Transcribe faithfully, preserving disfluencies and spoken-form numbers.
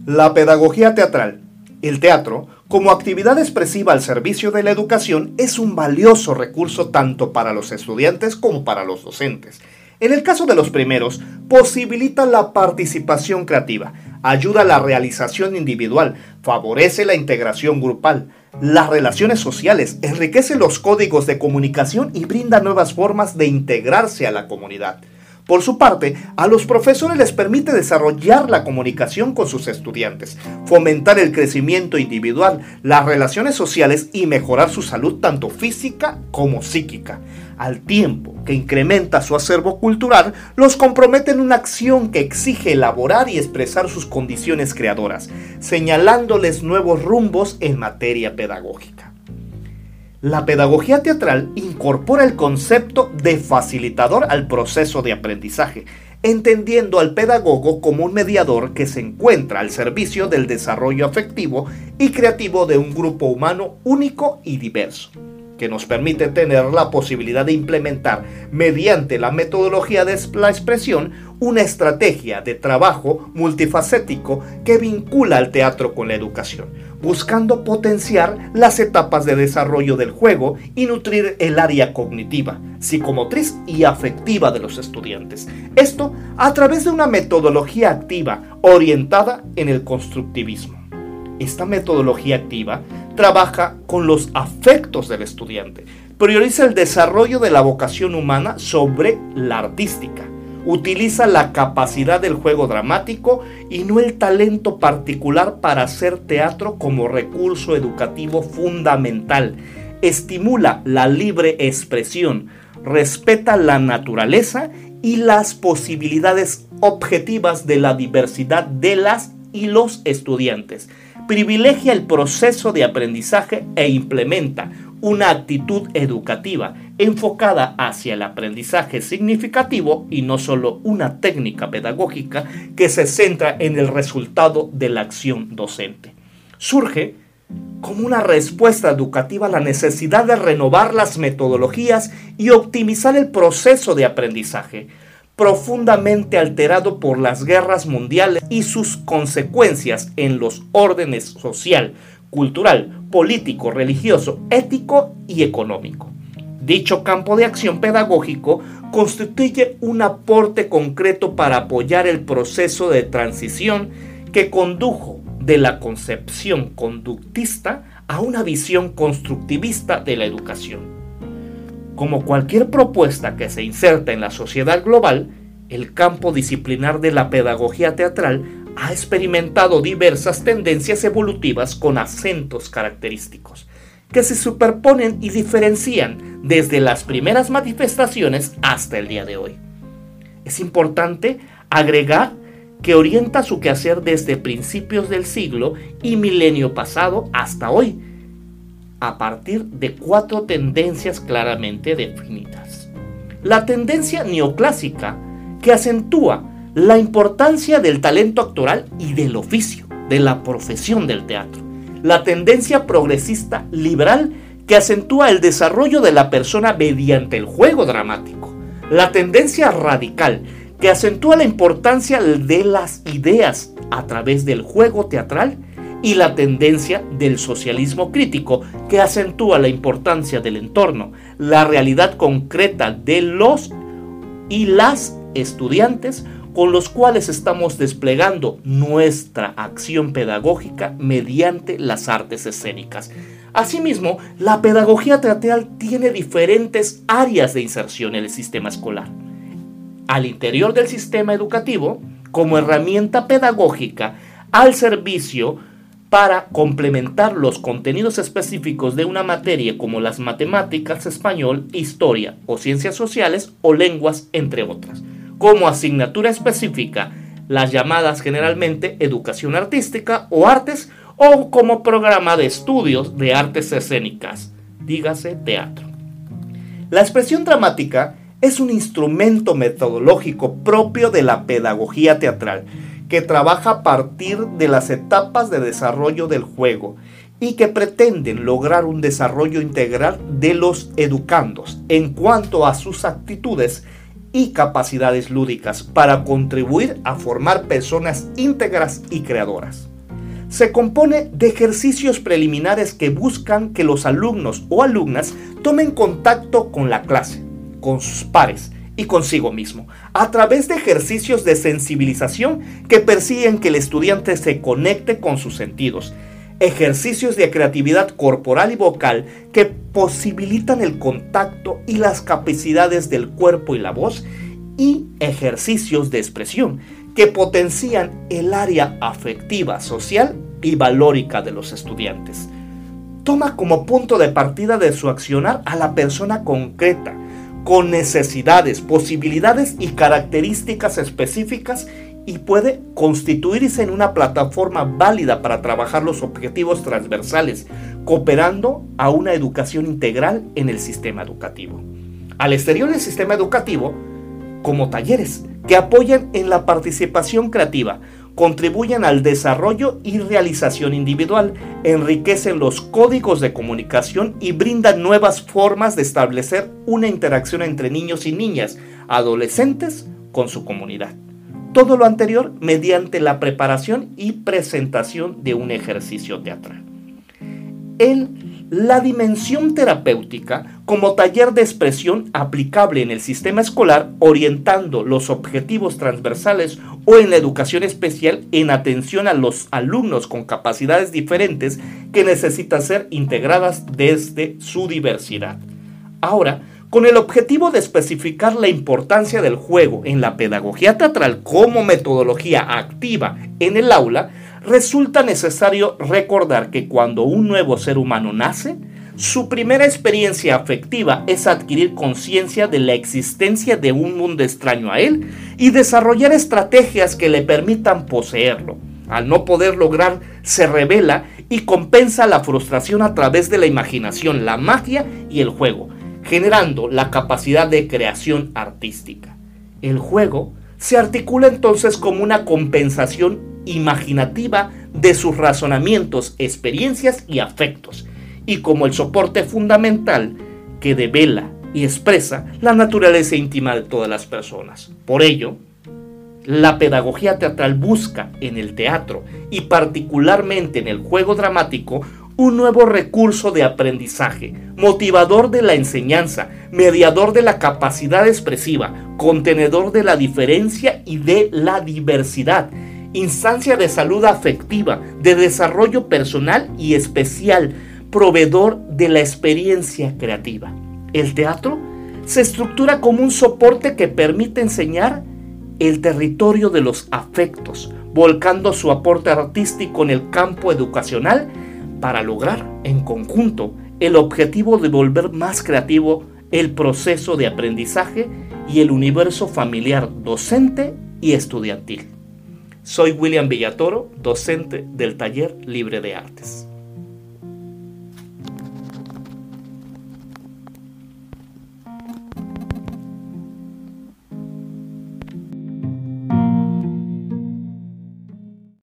La pedagogía teatral, el teatro, como actividad expresiva al servicio de la educación, es un valioso recurso tanto para los estudiantes como para los docentes. En el caso de los primeros, posibilita la participación creativa, ayuda a la realización individual, favorece la integración grupal, las relaciones sociales, enriquece los códigos de comunicación y brinda nuevas formas de integrarse a la comunidad. Por su parte, a los profesores les permite desarrollar la comunicación con sus estudiantes, fomentar el crecimiento individual, las relaciones sociales y mejorar su salud tanto física como psíquica. Al tiempo que incrementa su acervo cultural, los compromete en una acción que exige elaborar y expresar sus condiciones creadoras, señalándoles nuevos rumbos en materia pedagógica. La pedagogía teatral incorpora el concepto de facilitador al proceso de aprendizaje, entendiendo al pedagogo como un mediador que se encuentra al servicio del desarrollo afectivo y creativo de un grupo humano único y diverso, que nos permite tener la posibilidad de implementar, mediante la metodología de la expresión, una estrategia de trabajo multifacético que vincula al teatro con la educación, buscando potenciar las etapas de desarrollo del juego y nutrir el área cognitiva, psicomotriz y afectiva de los estudiantes. Esto a través de una metodología activa orientada en el constructivismo. Esta metodología activa trabaja con los afectos del estudiante, prioriza el desarrollo de la vocación humana sobre la artística, utiliza la capacidad del juego dramático y no el talento particular para hacer teatro como recurso educativo fundamental, estimula la libre expresión, respeta la naturaleza y las posibilidades objetivas de la diversidad de las y los estudiantes, privilegia el proceso de aprendizaje e implementa una actitud educativa enfocada hacia el aprendizaje significativo y no solo una técnica pedagógica que se centra en el resultado de la acción docente. Surge como una respuesta educativa a la necesidad de renovar las metodologías y optimizar el proceso de aprendizaje, profundamente alterado por las guerras mundiales y sus consecuencias en los órdenes social, cultural, político, religioso, ético y económico. Dicho campo de acción pedagógico constituye un aporte concreto para apoyar el proceso de transición que condujo de la concepción conductista a una visión constructivista de la educación. Como cualquier propuesta que se inserta en la sociedad global, el campo disciplinar de la pedagogía teatral ha experimentado diversas tendencias evolutivas con acentos característicos, que se superponen y diferencian desde las primeras manifestaciones hasta el día de hoy. Es importante agregar que orienta su quehacer desde principios del siglo y milenio pasado hasta hoy, a partir de cuatro tendencias claramente definidas. La tendencia neoclásica, que acentúa la importancia del talento actoral y del oficio, de la profesión del teatro. La tendencia progresista liberal, que acentúa el desarrollo de la persona mediante el juego dramático. La tendencia radical, que acentúa la importancia de las ideas a través del juego teatral. Y la tendencia del socialismo crítico, que acentúa la importancia del entorno, la realidad concreta de los y las estudiantes con los cuales estamos desplegando nuestra acción pedagógica mediante las artes escénicas. Asimismo, la pedagogía teatral tiene diferentes áreas de inserción en el sistema escolar. Al interior del sistema educativo, como herramienta pedagógica al servicio para complementar los contenidos específicos de una materia como las matemáticas, español, historia o ciencias sociales o lenguas, entre otras. Como asignatura específica, las llamadas generalmente educación artística o artes, o como programa de estudios de artes escénicas, dígase teatro. La expresión dramática es un instrumento metodológico propio de la pedagogía teatral, que trabaja a partir de las etapas de desarrollo del juego y que pretenden lograr un desarrollo integral de los educandos en cuanto a sus actitudes y capacidades lúdicas para contribuir a formar personas íntegras y creadoras. se compone de ejercicios preliminares que buscan que los alumnos o alumnas tomen contacto con la clase, con sus pares y consigo mismo, a través de ejercicios de sensibilización que persiguen que el estudiante se conecte con sus sentidos, ejercicios de creatividad corporal y vocal que posibilitan el contacto y las capacidades del cuerpo y la voz, y ejercicios de expresión que potencian el área afectiva, social y valórica de los estudiantes. Toma como punto de partida de su accionar a la persona concreta, con necesidades, posibilidades y características específicas, y puede constituirse en una plataforma válida para trabajar los objetivos transversales, cooperando a una educación integral en el sistema educativo. Al exterior del sistema educativo, como talleres que apoyan en la participación creativa, contribuyen al desarrollo y realización individual, enriquecen los códigos de comunicación y brindan nuevas formas de establecer una interacción entre niños y niñas, adolescentes con su comunidad. Todo lo anterior mediante la preparación y presentación de un ejercicio teatral. En la dimensión terapéutica, como taller de expresión aplicable en el sistema escolar, orientando los objetivos transversales, o en la educación especial en atención a los alumnos con capacidades diferentes que necesitan ser integradas desde su diversidad. Ahora, con el objetivo de especificar la importancia del juego en la pedagogía teatral como metodología activa en el aula, resulta necesario recordar que cuando un nuevo ser humano nace, su primera experiencia afectiva es adquirir conciencia de la existencia de un mundo extraño a él y desarrollar estrategias que le permitan poseerlo. Al no poder lograr, se revela y compensa la frustración a través de la imaginación, la magia y el juego, generando la capacidad de creación artística. El juego se articula entonces como una compensación imaginativa de sus razonamientos, experiencias y afectos, y como el soporte fundamental que devela y expresa la naturaleza íntima de todas las personas. Por ello, la pedagogía teatral busca en el teatro y particularmente en el juego dramático un nuevo recurso de aprendizaje, motivador de la enseñanza, mediador de la capacidad expresiva, contenedor de la diferencia y de la diversidad, instancia de salud afectiva, de desarrollo personal y especial, proveedor de la experiencia creativa. El teatro se estructura como un soporte que permite enseñar el territorio de los afectos, volcando su aporte artístico en el campo educacional para lograr en conjunto el objetivo de volver más creativo el proceso de aprendizaje y el universo familiar docente y estudiantil. Soy William Villatoro, docente del Taller Libre de Artes.